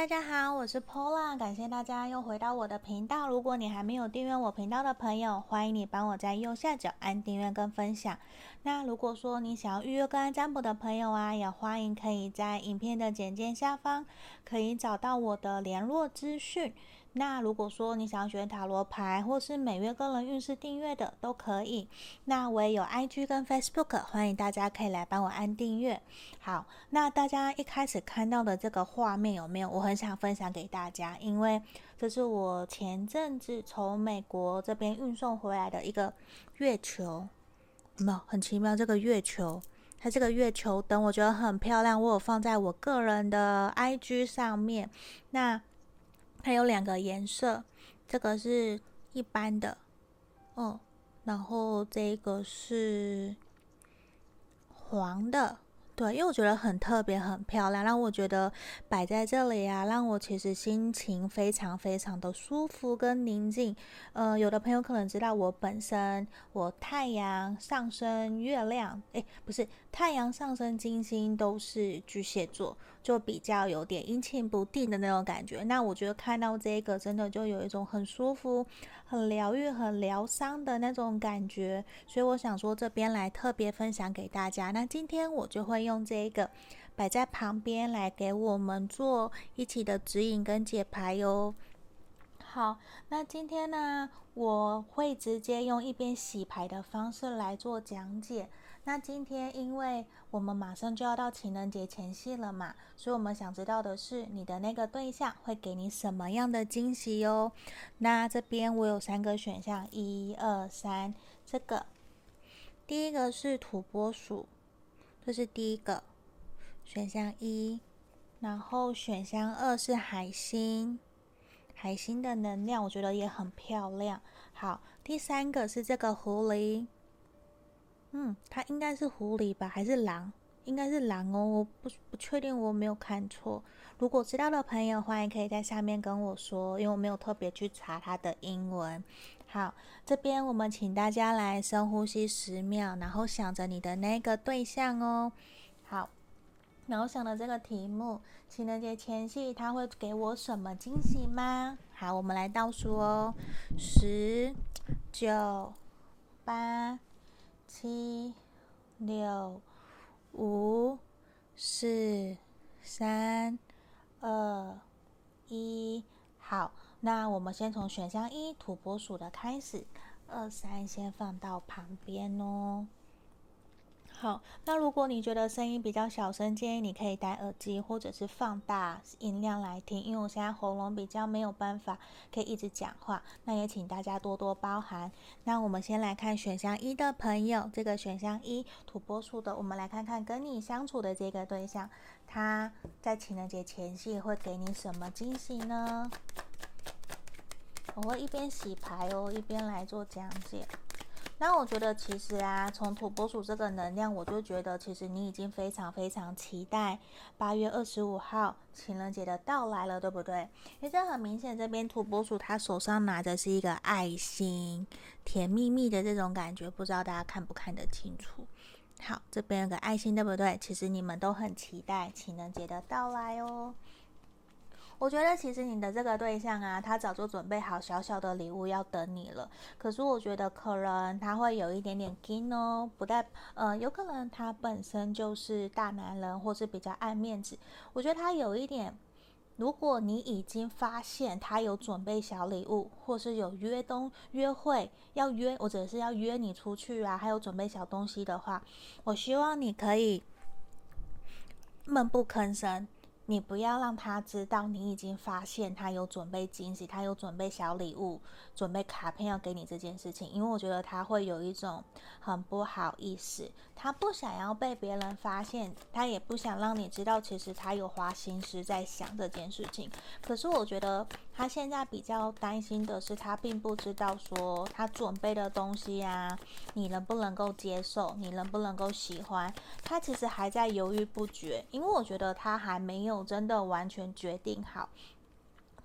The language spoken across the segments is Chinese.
家好，我是 Pola，感谢大家又回到我的频道。如果你还没有订阅我频道的朋友，欢迎你帮我在右下角按订阅跟分享。那如果说你想要预约个案占卜的朋友啊，也欢迎可以在影片的简介下方可以找到我的联络资讯。那如果说你想要学塔罗牌或是每月个人运势订阅的都可以。那我也有 IG 跟 Facebook， 欢迎大家可以来帮我按订阅。好，那大家一开始看到的这个画面有没有？我很想分享给大家，因为这是我前阵子从美国这边运送回来的一个月球，有没有很奇妙？这个月球，它这个月球灯我觉得很漂亮，我有放在我个人的 IG 上面。那它有两个颜色，这个是一般的，然后这个是黄的。对，因为我觉得很特别，很漂亮，让我觉得摆在这里啊，让我其实心情非常非常的舒服跟宁静。有的朋友可能知道我本身，我太阳上升月亮，不是太阳上升金星都是巨蟹座，就比较有点阴晴不定的那种感觉。那我觉得看到这个，真的就有一种很舒服、很疗愈、很疗伤的那种感觉，所以我想说这边来特别分享给大家。那今天我就会用这个摆在旁边来给我们做一起的指引跟解牌哟。好，那今天呢，我会直接用一边洗牌的方式来做讲解。那今天因为我们马上就要到情人节前夕了嘛，所以我们想知道的是你的那个对象会给你什么样的惊喜哟。那这边我有3个选项，1、2、3，这个第一个是土拨鼠，这是第一个选项1，然后选项2是海星。海星的能量我觉得也很漂亮。好，第3个是这个狐狸，它应该是狐狸吧，还是狼？应该是狼哦，我不确定，我没有看错。如果知道的朋友，欢迎可以在下面跟我说，因为我没有特别去查它的英文。好，这边我们请大家来深呼吸10秒，然后想着你的那个对象哦。好，然后想的这个题目，情人节前夕他会给我什么惊喜吗？好，我们来倒数哦，10、9、8、7、6、5、4、3、2、1。好，那我们先从选项1土拨鼠的开始，2、3先放到旁边哦。好，那如果你觉得声音比较小声，建议你可以戴耳机或者是放大音量来听，因为我现在喉咙比较没有办法可以一直讲话，那也请大家多多包涵。那我们先来看选项1的朋友，这个选项1土拨鼠的，我们来看看跟你相处的这个对象，他在情人节前夕会给你什么惊喜呢？我会一边洗牌哦，一边来做讲解。那我觉得其实啊，从土拨鼠这个能量，我就觉得其实你已经非常非常期待8月25号情人节的到来了，对不对？因为这很明显，这边土拨鼠他手上拿的是一个爱心，甜蜜蜜的这种感觉，不知道大家看不看得清楚？好，这边有个爱心，对不对？其实你们都很期待情人节的到来哦。我觉得其实你的这个对象啊，他早就准备好小小的礼物要等你了。可是我觉得可能他会有一点点惊哦，有可能他本身就是大男人，或是比较爱面子。我觉得他有一点，如果你已经发现他有准备小礼物，或是有约会要约，或者是要约你出去啊，还有准备小东西的话，我希望你可以闷不吭声。你不要让他知道你已经发现他有准备惊喜，他有准备小礼物，准备卡片要给你这件事情，因为我觉得他会有一种很不好意思，他不想要被别人发现，他也不想让你知道其实他有花心思在想这件事情。可是我觉得他现在比较担心的是，他并不知道说他准备的东西啊，你能不能够接受，你能不能够喜欢，他其实还在犹豫不决，因为我觉得他还没有真的完全决定好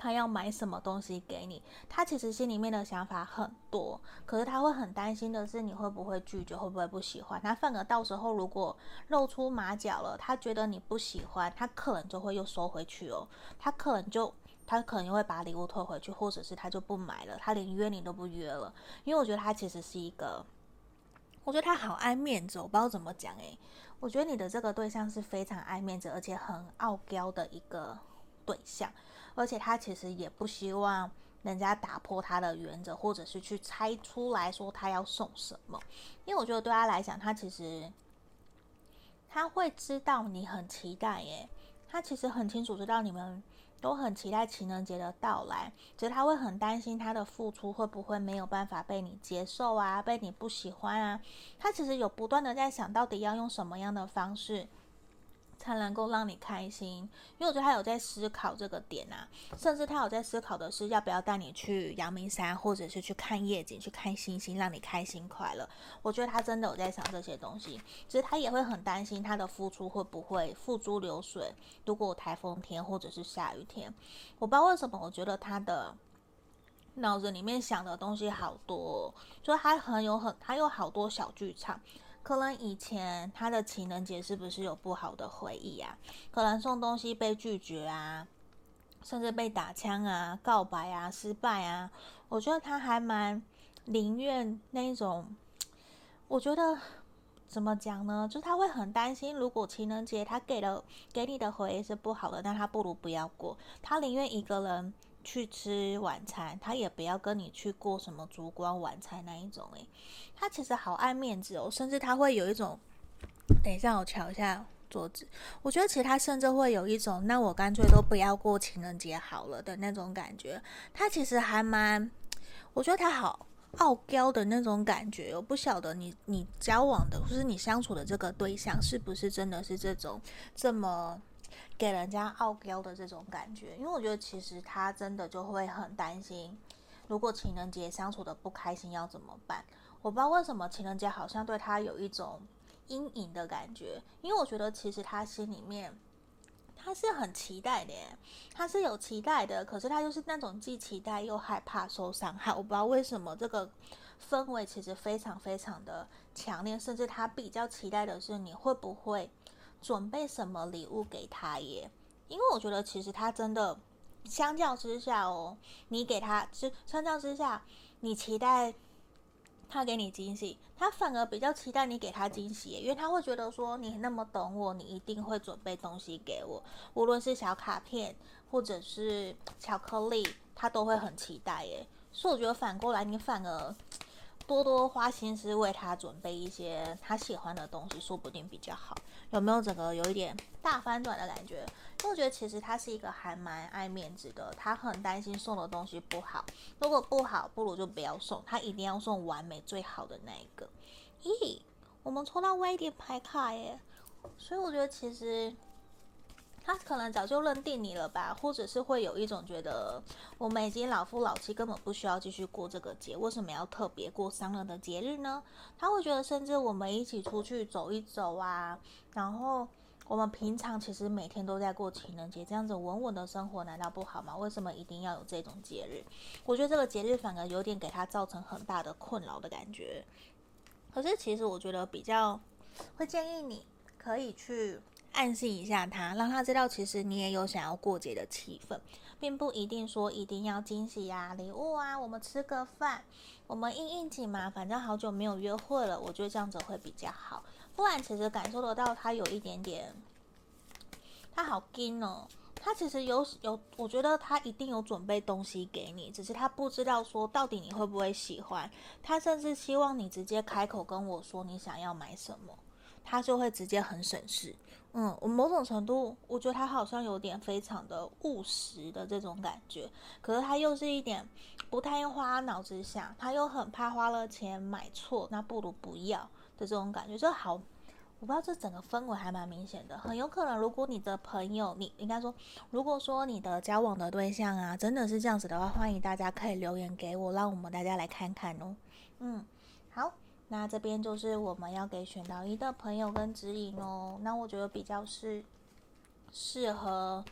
他要买什么东西给你，他其实心里面的想法很多，可是他会很担心的是你会不会拒绝，会不会不喜欢。他反而到时候如果露出马脚了，他觉得你不喜欢，他可能就会又收回去哦，他可能又会把礼物退回去，或者是他就不买了，他连约你都不约了。因为我觉得他其实是一个，我觉得他好爱面子，我不知道怎么讲诶。我觉得你的这个对象是非常爱面子，而且很傲娇的一个对象，而且他其实也不希望人家打破他的原则，或者是去猜出来说他要送什么。因为我觉得对他来讲，他其实他会知道你很期待耶，他其实很清楚知道你们都很期待情人节的到来，只是他会很担心他的付出会不会没有办法被你接受啊，被你不喜欢啊。他其实有不断的在想到底要用什么样的方式才能够让你开心，因为我觉得他有在思考这个点啊，甚至他有在思考的是要不要带你去阳明山，或者是去看夜景，去看星星，让你开心快乐。我觉得他真的有在想这些东西，其实他也会很担心他的付出会不会付诸流水，如果有台风天或者是下雨天。我不知道为什么，我觉得他的脑子里面想的东西好多哦，就他有好多小剧场。可能以前他的情人节是不是有不好的回忆啊？可能送东西被拒绝啊，甚至被打枪啊、告白啊、失败啊。我觉得他还蛮宁愿那种，我觉得怎么讲呢？就是他会很担心，如果情人节他给你的回忆是不好的，那他不如不要过。他宁愿一个人去吃晚餐，他也不要跟你去过什么烛光晚餐那一种。他其实好爱面子哦，甚至他会有一种，等一下我瞧一下桌子，我觉得其实他甚至会有一种，那我干脆都不要过情人节好了的那种感觉。他其实还蛮，我觉得他好傲娇的那种感觉。我不晓得你交往的或是你相处的这个对象是不是真的是这么给人家傲娇的这种感觉。因为我觉得其实他真的就会很担心，如果情人节相处的不开心要怎么办。我不知道为什么情人节好像对他有一种阴影的感觉，因为我觉得其实他心里面他是很期待的耶，他是有期待的，可是他就是那种既期待又害怕受伤害。我不知道为什么这个氛围其实非常非常的强烈，甚至他比较期待的是你会不会准备什么礼物给他耶。因为我觉得其实他真的相较之下哦，你给他相较之下，你期待他给你惊喜，他反而比较期待你给他惊喜耶，因为他会觉得说你那么懂我，你一定会准备东西给我，无论是小卡片或者是巧克力，他都会很期待耶。所以我觉得反过来，你反而多多花心思为他准备一些他喜欢的东西，说不定比较好。有没有整个有一点大翻转的感觉？因为我觉得其实他是一个还蛮爱面子的，他很担心送的东西不好，如果不好，不如就不要送，他一定要送完美最好的那一个。咦，我们抽到威廉牌卡耶，所以我觉得其实他可能早就认定你了吧，或者是会有一种觉得我们已经老夫老妻，根本不需要继续过这个节，为什么要特别过商人的节日呢？他会觉得，甚至我们一起出去走一走啊，然后我们平常其实每天都在过情人节，这样子稳稳的生活难道不好吗？为什么一定要有这种节日？我觉得这个节日反而有点给他造成很大的困扰的感觉。可是其实我觉得比较会建议你可以去暗示一下他，让他知道其实你也有想要过节的气氛，并不一定说一定要惊喜啊、礼物啊，我们吃个饭，我们应应景嘛，反正好久没有约会了，我觉得这样子会比较好。不然其实感受得到他有一点点，他好硬哦。他其实我觉得他一定有准备东西给你，只是他不知道说到底你会不会喜欢。他甚至希望你直接开口跟我说你想要买什么，他就会直接很省事。我某种程度，我觉得他好像有点非常的务实的这种感觉，可是他又是一点不太花脑子想，他又很怕花了钱买错，那不如不要的这种感觉，就好。我不知道这整个氛围还蛮明显的，很有可能，如果你的朋友，你应该说，如果说你的交往的对象啊，真的是这样子的话，欢迎大家可以留言给我，让我们大家来看看哦。好，那这边就是我们要给选到一的朋友跟指引哦。那我觉得比较是适合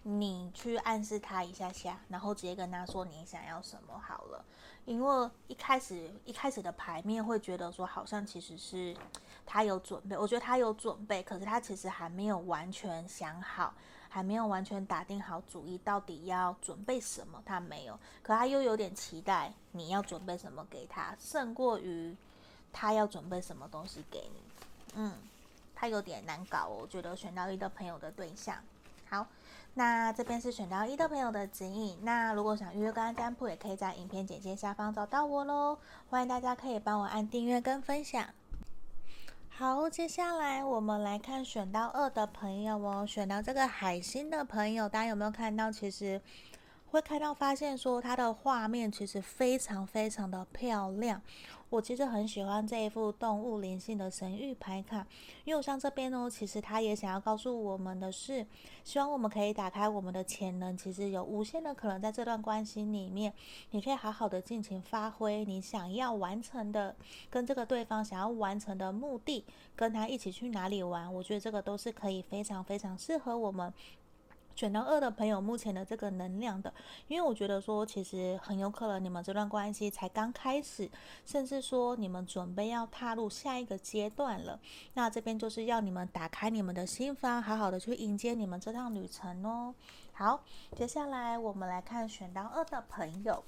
你去暗示他一下下，然后直接跟他说你想要什么好了。因为一开始的牌面会觉得说，好像其实是他有准备，我觉得他有准备，可是他其实还没有完全想好，还没有完全打定好主意，到底要准备什么，他没有。可他又有点期待你要准备什么给他，胜过于他要准备什么东西给你。他有点难搞哦，我觉得选到一的朋友的对象。好，那这边是选到一的朋友的指引。那如果想预约个案占卜，也可以在影片简介下方找到我咯。欢迎大家可以帮我按订阅跟分享。好，接下来我们来看选到2的朋友哦。选到这个海星的朋友，大家有没有看到？其实会发现说它的画面其实非常非常的漂亮。我其实很喜欢这一副动物灵性的神谕牌卡，因为我像这边呢，其实他也想要告诉我们的是，希望我们可以打开我们的潜能，其实有无限的可能在这段关系里面，你可以好好的尽情发挥你想要完成的，跟这个对方想要完成的目的，跟他一起去哪里玩，我觉得这个都是可以非常非常适合我们选到2的朋友目前的这个能量的。因为我觉得说其实很有可能你们这段关系才刚开始，甚至说你们准备要踏入下一个阶段了，那这边就是要你们打开你们的心房，好好的去迎接你们这趟旅程哦。好，接下来我们来看选到2的朋友，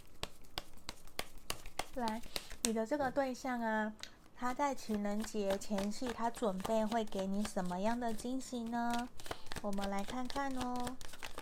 来，你的这个对象啊，他在情人节前夕，他准备会给你什么样的惊喜呢？我们来看看哦。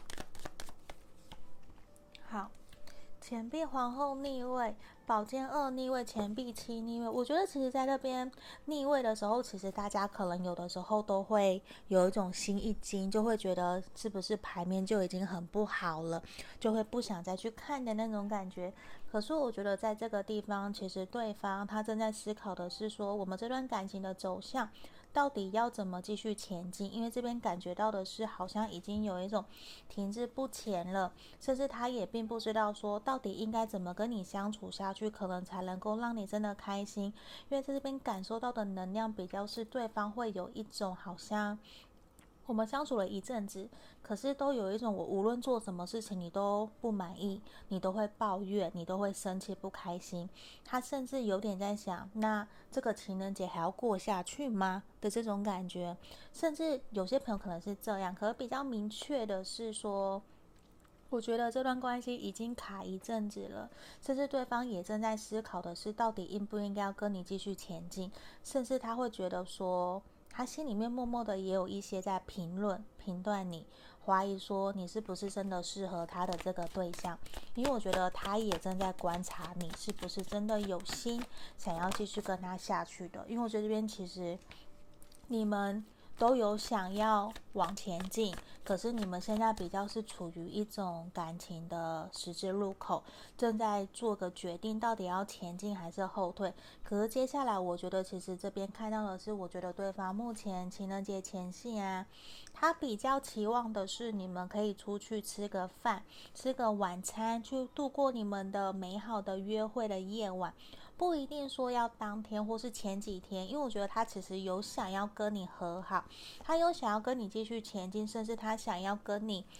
好，钱币皇后逆位，宝剑2逆位，钱币7逆位。我觉得其实在这边逆位的时候，其实大家可能有的时候都会有一种心一惊，就会觉得是不是牌面就已经很不好了，就会不想再去看的那种感觉。可是我觉得在这个地方，其实对方他正在思考的是说，我们这段感情的走向到底要怎么继续前进？因为这边感觉到的是，好像已经有一种停滞不前了，甚至他也并不知道说到底应该怎么跟你相处下去，可能才能够让你真的开心。因为在这边感受到的能量比较是对方会有一种好像我们相处了一阵子，可是都有一种我无论做什么事情你都不满意，你都会抱怨，你都会生气不开心。他甚至有点在想，那这个情人节还要过下去吗的这种感觉。甚至有些朋友可能是这样，可是比较明确的是说，我觉得这段关系已经卡一阵子了，甚至对方也正在思考的是，到底应不应该要跟你继续前进，甚至他会觉得说，他心里面默默的也有一些在评断你，怀疑说你是不是真的适合他的这个对象。因为我觉得他也正在观察你是不是真的有心想要继续跟他下去的。因为我觉得这边其实你们都有想要往前进，可是你们现在比较是处于一种感情的十字路口，正在做个决定，到底要前进还是后退。可是接下来我觉得其实这边看到的是，我觉得对方目前情人节前夕啊，他比较期望的是你们可以出去吃个饭，吃个晚餐，去度过你们的美好的约会的夜晚。不一定说要当天或是前几天，因为我觉得他其实有想要跟你和好，他有想要跟你继续前进，甚至他想要跟你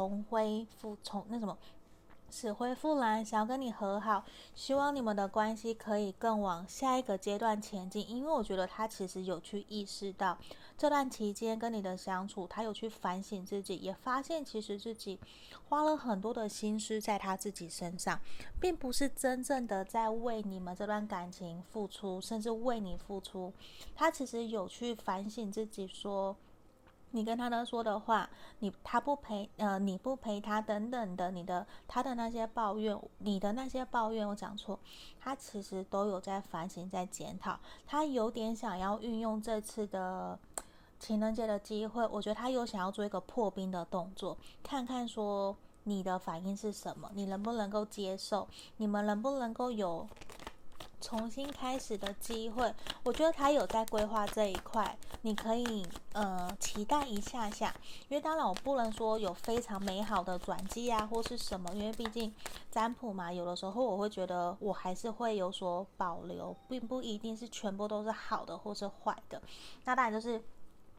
死灰复燃，想要跟你和好，希望你们的关系可以更往下一个阶段前进。因为我觉得他其实有去意识到这段期间跟你的相处，他有去反省自己，也发现其实自己花了很多的心思在他自己身上，并不是真正的在为你们这段感情付出，甚至为你付出。他其实有去反省自己说，你跟他说的话，你不陪他等等的，他的那些抱怨，你的那些抱怨，我讲错，他其实都有在反省，在检讨。他有点想要运用这次的情人节的机会，我觉得他有想要做一个破冰的动作，看看说你的反应是什么，你能不能够接受，你们能不能够有重新开始的机会。我觉得他有在规划这一块，你可以期待一下下。因为当然我不能说有非常美好的转机啊或是什么，因为毕竟占卜嘛，有的时候我会觉得我还是会有所保留，并不一定是全部都是好的或是坏的。那当然就是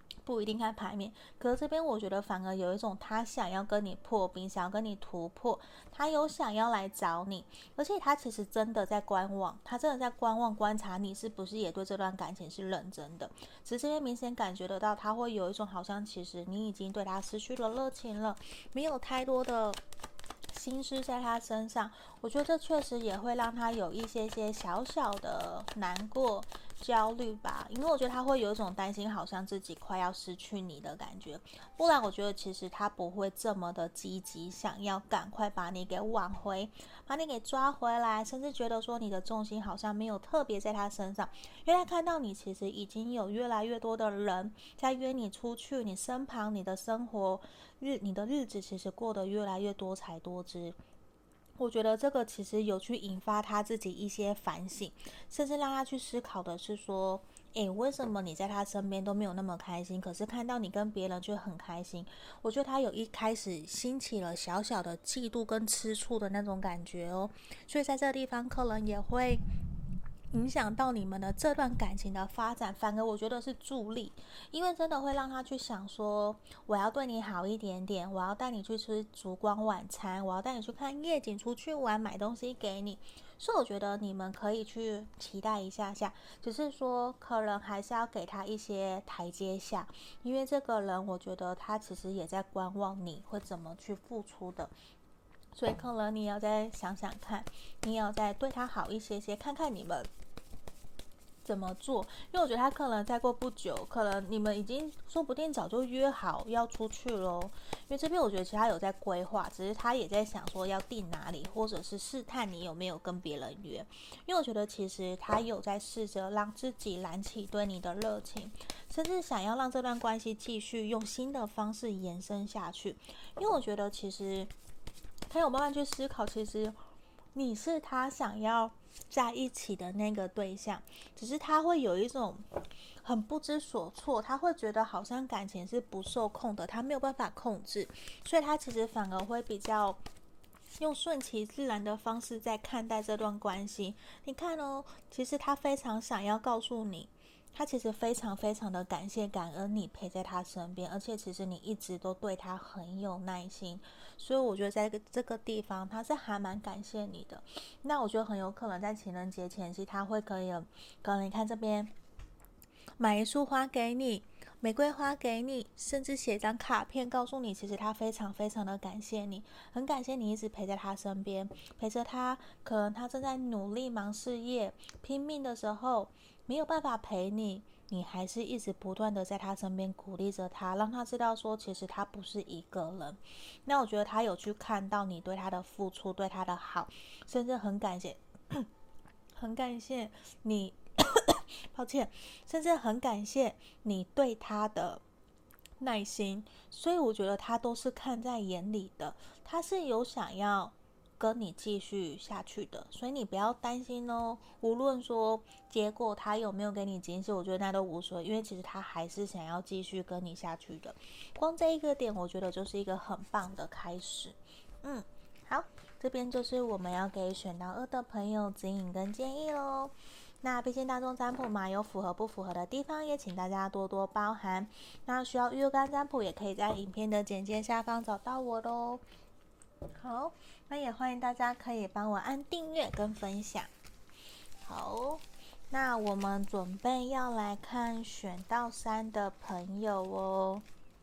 不一定看牌面，可是这边我觉得反而有一种他想要跟你破冰，想要跟你突破，他有想要来找你，而且他其实真的在观望，他真的在观望观察你是不是也对这段感情是认真的。只是这边明显感觉得到，他会有一种好像其实你已经对他失去了热情了，没有太多的心思在他身上。我觉得这确实也会让他有一些小小的难过、焦虑吧，因为我觉得他会有一种担心，好像自己快要失去你的感觉。不然，我觉得其实他不会这么的积极，想要赶快把你给挽回，把你给抓回来，甚至觉得说你的重心好像没有特别在他身上，因为他看到你其实已经有越来越多的人在约你出去，你身旁、你的生活你的日子其实过得越来越多彩多姿。我觉得这个其实有去引发他自己一些反省，甚至让他去思考的是说，诶，为什么你在他身边都没有那么开心，可是看到你跟别人却很开心？我觉得他有一开始兴起了小小的嫉妒跟吃醋的那种感觉哦，所以在这个地方可能也会影响到你们的这段感情的发展，反而我觉得是助力，因为真的会让他去想说，我要对你好一点点，我要带你去吃烛光晚餐，我要带你去看夜景，出去玩，买东西给你。所以我觉得你们可以去期待一下下，只是说可能还是要给他一些台阶下，因为这个人我觉得他其实也在观望你会怎么去付出的。所以可能你要再想想看，你要再对他好一些些，看看你们怎么做。因为我觉得他可能再过不久，可能你们已经说不定早就约好要出去咯。因为这边我觉得其实他有在规划，只是他也在想说要定哪里，或者是试探你有没有跟别人约。因为我觉得其实他有在试着让自己燃起对你的热情，甚至想要让这段关系继续用新的方式延伸下去。因为我觉得其实他有慢慢去思考，其实你是他想要在一起的那个对象，只是他会有一种很不知所措，他会觉得好像感情是不受控的，他没有办法控制，所以他其实反而会比较用顺其自然的方式在看待这段关系。你看哦，其实他非常想要告诉你，他其实非常非常的感谢感恩你陪在他身边，而且其实你一直都对他很有耐心，所以我觉得在这个地方他是还蛮感谢你的。那我觉得很有可能在情人节前夕他会可能你看这边买一束花给你，玫瑰花给你，甚至写张卡片告诉你，其实他非常非常的感谢你，很感谢你一直陪在他身边，陪着他。可能他正在努力忙事业、拼命的时候，没有办法陪你，你还是一直不断的在他身边鼓励着他，让他知道说，其实他不是一个人。那我觉得他有去看到你对他的付出，对他的好，甚至很感谢，很感谢你。抱歉，甚至很感谢你对他的耐心，所以我觉得他都是看在眼里的，他是有想要跟你继续下去的，所以你不要担心哦。无论说结果他有没有给你惊喜，我觉得那都无所谓，因为其实他还是想要继续跟你下去的。光这一个点，我觉得就是一个很棒的开始。好，这边就是我们要给选到2的朋友指引跟建议咯。那毕竟大众占卜嘛，有符合不符合的地方，也请大家多多包涵。那需要预约占卜，也可以在影片的简介下方找到我咯。好，那也欢迎大家可以帮我按订阅跟分享。好，那我们准备要来看选到3的朋友哦。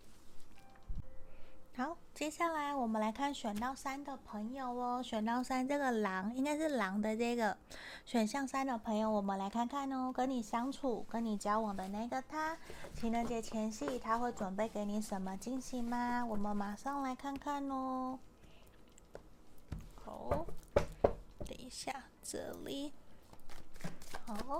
好，接下来我们来看选到3的朋友哦。选到3这个狼，应该是狼的这个选项3的朋友，我们来看看哦，跟你相处、跟你交往的那个他，情人节前夕他会准备给你什么惊喜吗？我们马上来看看哦。好，等一下，这里，好。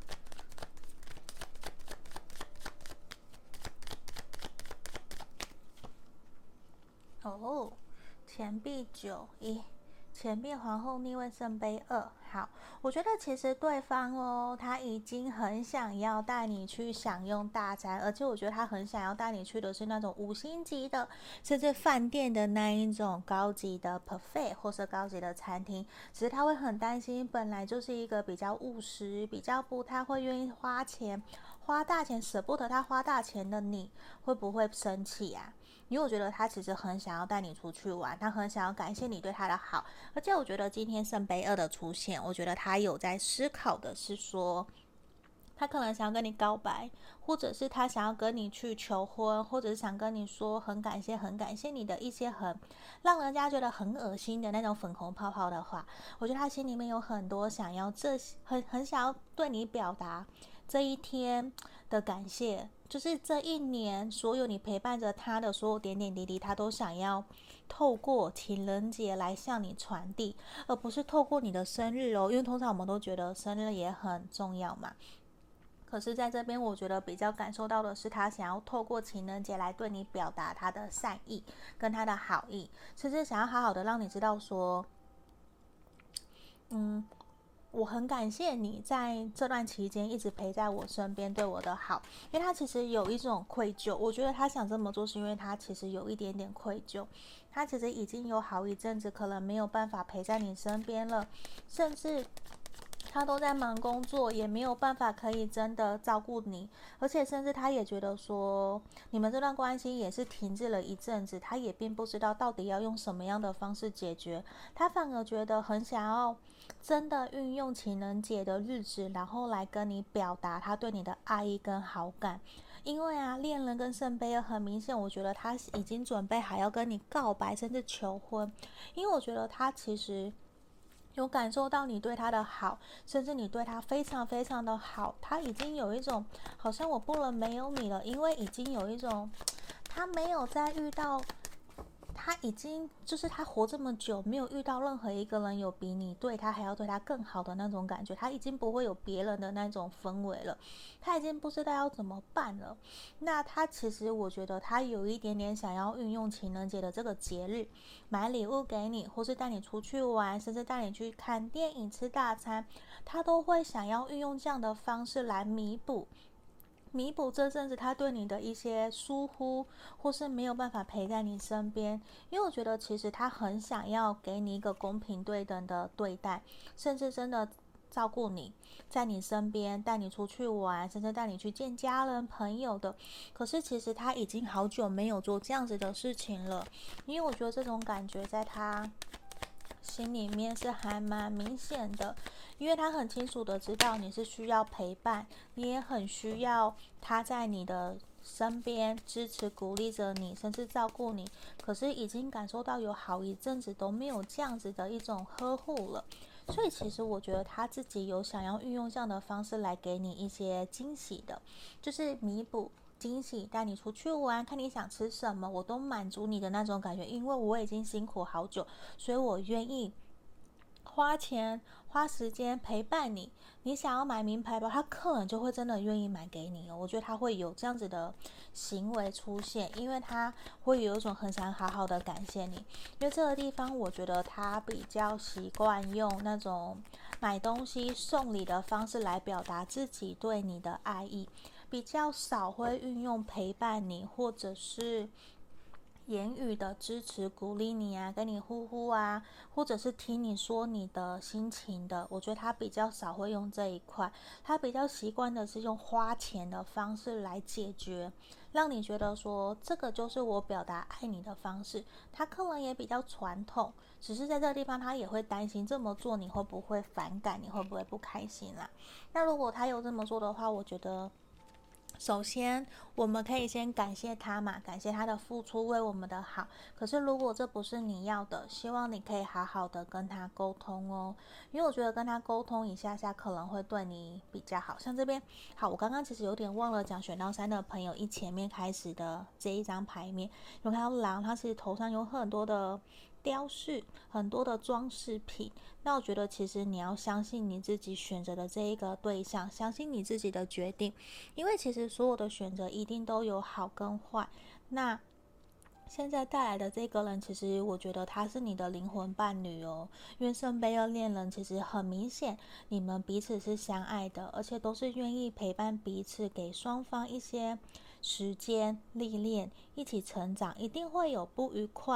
哦，钱币9，钱币皇后逆位圣杯2。好，我觉得其实对方哦，他已经很想要带你去享用大餐，而且我觉得他很想要带你去的是那种5星级的，甚至饭店的那一种高级的 buffet 或是高级的餐厅。只是他会很担心，本来就是一个比较务实、比较不太会愿意花钱花大钱舍不得他花大钱的你会不会生气啊？因为我觉得他其实很想要带你出去玩，他很想要感谢你对他的好，而且我觉得今天圣杯2的出现，我觉得他有在思考的是说，他可能想要跟你告白，或者是他想要跟你去求婚，或者是想跟你说很感谢很感谢你的一些很让人家觉得很恶心的那种粉红泡泡的话。我觉得他心里面有很多想要很想要对你表达这一天的感谢，就是这一年所有你陪伴着他的所有点点滴滴，他都想要透过情人节来向你传递，而不是透过你的生日哦，因为通常我们都觉得生日也很重要嘛。可是在这边我觉得比较感受到的是，他想要透过情人节来对你表达他的善意跟他的好意，甚至想要好好的让你知道说，我很感谢你在这段期间一直陪在我身边，对我的好。因为他其实有一种愧疚，我觉得他想这么做是因为他其实有一点点愧疚，他其实已经有好一阵子可能没有办法陪在你身边了，甚至他都在忙工作，也没有办法可以真的照顾你，而且甚至他也觉得说，你们这段关系也是停滞了一阵子，他也并不知道到底要用什么样的方式解决，他反而觉得很想要真的运用情人节的日子，然后来跟你表达他对你的爱意跟好感。因为啊，恋人跟圣杯很明显，我觉得他已经准备好要跟你告白，甚至求婚。因为我觉得他其实有感受到你对他的好，甚至你对他非常非常的好，他已经有一种好像我不能没有你了，因为已经有一种他没有再遇到，他已经就是他活这么久没有遇到任何一个人有比你对他还要对他更好的那种感觉，他已经不会有别人的那种氛围了，他已经不知道要怎么办了。那他其实我觉得他有一点点想要运用情人节的这个节日买礼物给你，或是带你出去玩，甚至带你去看电影吃大餐，他都会想要运用这样的方式来弥补这阵子他对你的一些疏忽，或是没有办法陪在你身边。因为我觉得其实他很想要给你一个公平对等的对待，甚至真的照顾你，在你身边带你出去玩，甚至带你去见家人朋友的。可是其实他已经好久没有做这样子的事情了，因为我觉得这种感觉在他心里面是还蛮明显的，因为他很清楚的知道你是需要陪伴，你也很需要他在你的身边支持鼓励着你，甚至照顾你。可是已经感受到有好一阵子都没有这样子的一种呵护了，所以其实我觉得他自己有想要运用这样的方式来给你一些惊喜的，就是弥补惊喜，带你出去玩，看你想吃什么，我都满足你的那种感觉。因为我已经辛苦好久，所以我愿意花钱花时间陪伴你。你想要买名牌包，他可能就会真的愿意买给你哦。我觉得他会有这样子的行为出现，因为他会有一种很想好好的感谢你。因为这个地方我觉得他比较习惯用那种买东西送礼的方式来表达自己对你的爱意，比较少会运用陪伴你或者是言语的支持鼓励你啊，跟你呼呼啊，或者是听你说你的心情的。我觉得他比较少会用这一块，他比较习惯的是用花钱的方式来解决，让你觉得说这个就是我表达爱你的方式。他可能也比较传统，只是在这个地方他也会担心这么做你会不会反感，你会不会不开心啦。那如果他有这么做的话，我觉得首先我们可以先感谢他嘛，感谢他的付出为我们的好。可是如果这不是你要的，希望你可以好好的跟他沟通哦，因为我觉得跟他沟通一下下可能会对你比较好。像这边好，我刚刚其实有点忘了讲选到3的朋友，前面开始的这一张牌面有看到狼，他其实头上有很多的雕饰，很多的装饰品。那我觉得其实你要相信你自己选择的这一个对象，相信你自己的决定，因为其实所有的选择一定都有好跟坏。那现在带来的这个人，其实我觉得他是你的灵魂伴侣哦。因为圣杯2恋人其实很明显，你们彼此是相爱的，而且都是愿意陪伴彼此，给双方一些时间历练，一起成长。一定会有不愉快、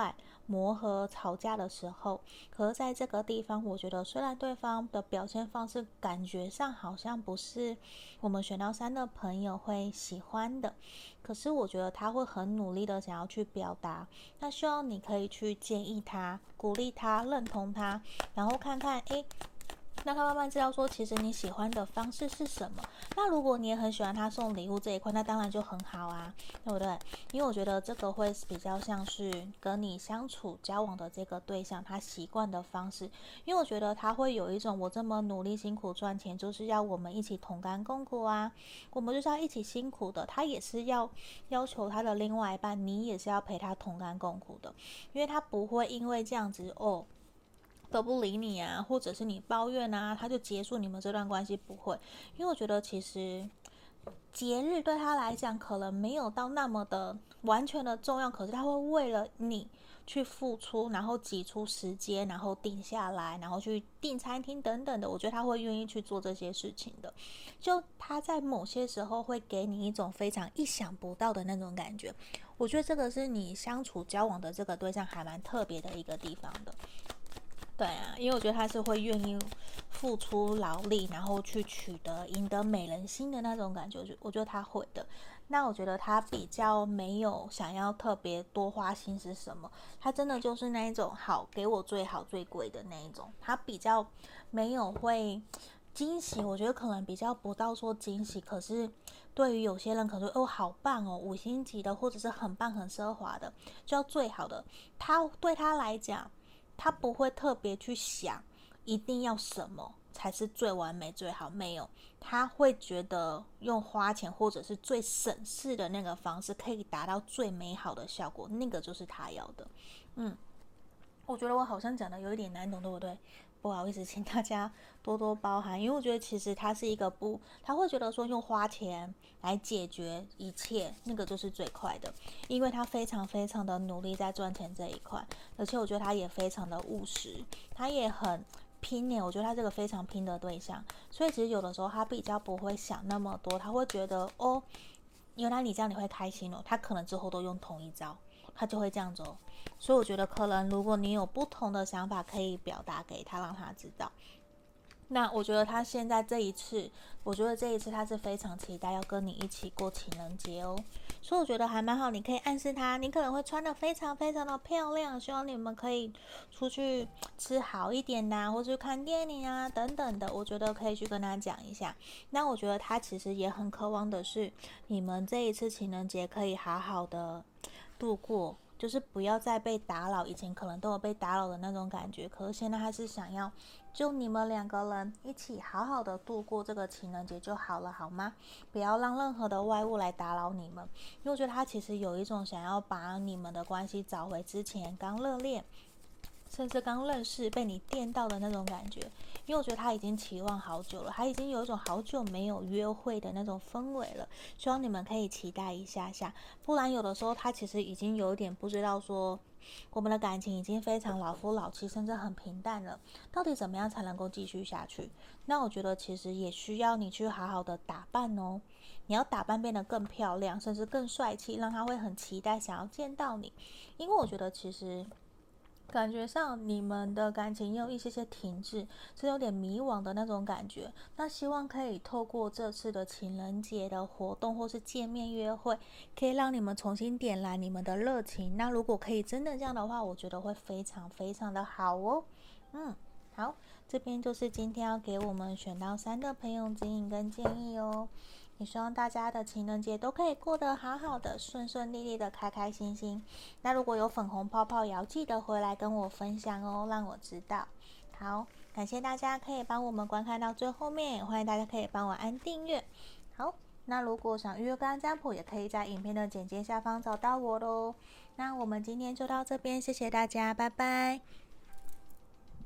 磨合、吵架的时候。可是在这个地方，我觉得虽然对方的表现方式感觉上好像不是我们选到3的朋友会喜欢的，可是我觉得他会很努力的想要去表达。那希望你可以去建议他、鼓励他、认同他，然后看看让他慢慢知道说其实你喜欢的方式是什么。那如果你也很喜欢他送礼物这一块，那当然就很好啊，对不对？因为我觉得这个会比较像是跟你相处交往的这个对象他习惯的方式。因为我觉得他会有一种我这么努力辛苦赚钱就是要我们一起同甘共苦啊，我们就是要一起辛苦的。他也是要求他的另外一半你也是要陪他同甘共苦的，因为他不会因为这样子都不理你啊，或者是你抱怨啊，他就结束你们这段关系。不会，因为我觉得其实节日对他来讲可能没有到那么的完全的重要，可是他会为了你去付出，然后挤出时间，然后定下来，然后去订餐厅等等的。我觉得他会愿意去做这些事情的，就他在某些时候会给你一种非常意想不到的那种感觉。我觉得这个是你相处交往的这个对象还蛮特别的一个地方的。对啊，因为我觉得他是会愿意付出劳力，然后去赢得美人心的那种感觉，我觉得他会的。那我觉得他比较没有想要特别多花心思什么，他真的就是那一种好给我最好最贵的那一种，他比较没有会惊喜。我觉得可能比较不到说惊喜，可是对于有些人可能说好棒哦，5星级的或者是很棒很奢华的就要最好的，对他来讲他不会特别去想一定要什么才是最完美最好，没有，他会觉得用花钱或者是最省事的那个方式可以达到最美好的效果，那个就是他要的。我觉得我好像讲的有一点难懂，对不对？不好意思，请大家多多包涵，因为我觉得其实他是一个他会觉得说用花钱来解决一切，那个就是最快的，因为他非常非常的努力在赚钱这一块，而且我觉得他也非常的务实，他也很拼耶，我觉得他这个非常拼的对象，所以其实有的时候他比较不会想那么多，他会觉得原来你这样你会开心哦，他可能之后都用同一招，他就会这样做。所以我觉得可能如果你有不同的想法可以表达给他，让他知道。那我觉得他现在这一次他是非常期待要跟你一起过情人节哦，所以我觉得还蛮好，你可以暗示他你可能会穿得非常非常的漂亮，希望你们可以出去吃好一点的或者看电影啊等等的，我觉得可以去跟他讲一下。那我觉得他其实也很渴望的是你们这一次情人节可以好好的度过，就是不要再被打扰，以前可能都有被打扰的那种感觉，可是现在他是想要就你们2个人一起好好的度过这个情人节就好了，好吗？不要让任何的外物来打扰你们，因为我觉得他其实有一种想要把你们的关系找回之前刚热恋甚至刚认识被你电到的那种感觉，因为我觉得他已经期望好久了，他已经有一种好久没有约会的那种氛围了，希望你们可以期待一下下，不然有的时候他其实已经有点不知道说我们的感情已经非常老夫老妻，甚至很平淡了，到底怎么样才能够继续下去？那我觉得其实也需要你去好好的打扮哦，你要打扮变得更漂亮，甚至更帅气，让他会很期待想要见到你，因为我觉得其实感觉上你们的感情也有一些停滞，是有点迷惘的那种感觉。那希望可以透过这次的情人节的活动或是见面约会，可以让你们重新点燃你们的热情。那如果可以真的这样的话，我觉得会非常非常的好哦。好，这边就是今天要给我们选到3的朋友指引跟建议哦。也希望大家的情人节都可以过得好好的，顺顺利利的，开开心心。那如果有粉红泡泡，也要记得回来跟我分享哦，让我知道。好，感谢大家可以帮我们观看到最后面，也欢迎大家可以帮我按订阅。好，那如果想预约个案占卜，也可以在影片的简介下方找到我咯。那我们今天就到这边，谢谢大家，拜拜。